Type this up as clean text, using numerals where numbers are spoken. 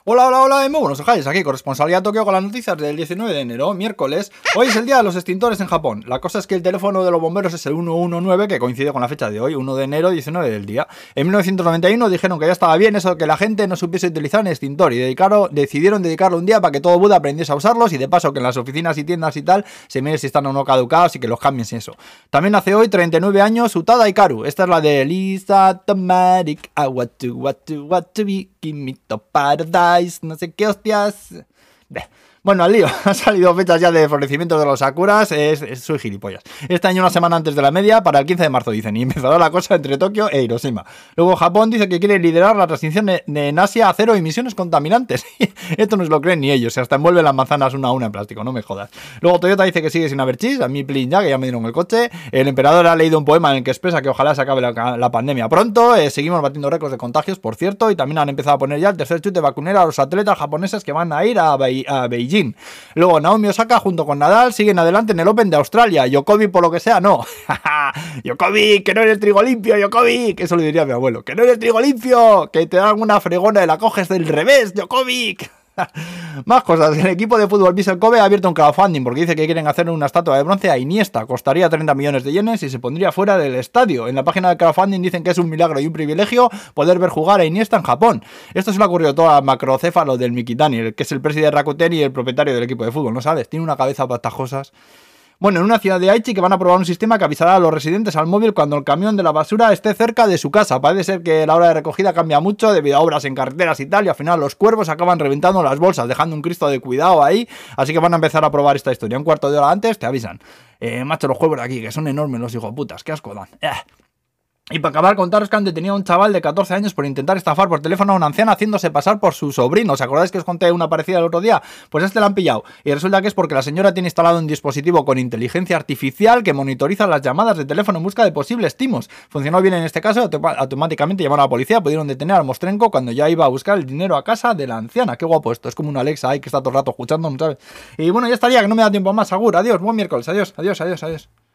Hola, hola, hola, muy buenos ojáis, aquí corresponsalía Tokio con las noticias del 19 de enero, miércoles. Hoy es el día de los extintores en Japón. La cosa es que el teléfono de los bomberos es el 119, que coincide con la fecha de hoy, 1 de enero, 19 del día. En 1991 dijeron que ya estaba bien eso de que la gente no supiese utilizar un extintor y decidieron dedicarle un día para que todo Buda aprendiese a usarlos y de paso que en las oficinas y tiendas y tal se mire si están o no caducados y que los cambien y eso. También hace hoy 39 años Utada Hikaru. Esta es la de Lisa Automatic, I want to be, give me the paradise, no sé qué hostias. Bueno, al lío, han salido fechas ya de florecimiento de los sakuras, soy gilipollas. Este año una semana antes de la media, para el 15 de marzo dicen, y empezará la cosa entre Tokio e Hiroshima. Luego Japón dice que quiere liderar la transición en Asia a cero emisiones contaminantes. Esto no se lo creen ni ellos, se hasta envuelven las manzanas una a una en plástico, no me jodas. Luego Toyota dice que sigue sin haber chis, a mí plin ya, que ya me dieron el coche. El emperador ha leído un poema en el que expresa que ojalá se acabe la pandemia pronto. Seguimos batiendo récords de contagios, por cierto, y también han empezado a poner ya el tercer chute vacunero a los atletas japoneses que van a ir a Beijing. Luego Naomi Osaka junto con Nadal siguen adelante en el Open de Australia. Djokovic por lo que sea, no. Djokovic, que no eres trigo limpio, Djokovic. Eso le diría a mi abuelo. Que no eres trigo limpio, que te dan una fregona y la coges del revés, Djokovic. Más cosas, el equipo de fútbol Vissel Kobe ha abierto un crowdfunding porque dice que quieren hacer una estatua de bronce a Iniesta, costaría 30 millones de yenes y se pondría fuera del estadio. En la página de crowdfunding dicen que es un milagro y un privilegio poder ver jugar a Iniesta en Japón. Esto se le ha ocurrido todo a macrocéfalo del Mikitani, que es el presidente de Rakuten y el propietario del equipo de fútbol, ¿no sabes? Tiene una cabeza patajosas. Bueno, en una ciudad de Aichi que van a probar un sistema que avisará a los residentes al móvil cuando el camión de la basura esté cerca de su casa. Parece ser que la hora de recogida cambia mucho debido a obras en carreteras y tal, y al final los cuervos acaban reventando las bolsas, dejando un Cristo de cuidado ahí. Así que van a empezar a probar esta historia. Un cuarto de hora antes te avisan. Macho, los cuervos de aquí, que son enormes los hijoputas, qué asco dan. Y para acabar, contaros que han detenido a un chaval de 14 años por intentar estafar por teléfono a una anciana haciéndose pasar por su sobrino. ¿Os acordáis que os conté una parecida el otro día? Pues este la han pillado. Y resulta que es porque la señora tiene instalado un dispositivo con inteligencia artificial que monitoriza las llamadas de teléfono en busca de posibles timos. Funcionó bien en este caso, automáticamente llamaron a la policía, pudieron detener al mostrenco cuando ya iba a buscar el dinero a casa de la anciana. Qué guapo esto, es como una Alexa ahí que está todo el rato escuchando, ¿no sabes? Y bueno, ya estaría, que no me da tiempo más, Agur, adiós, buen miércoles, adiós.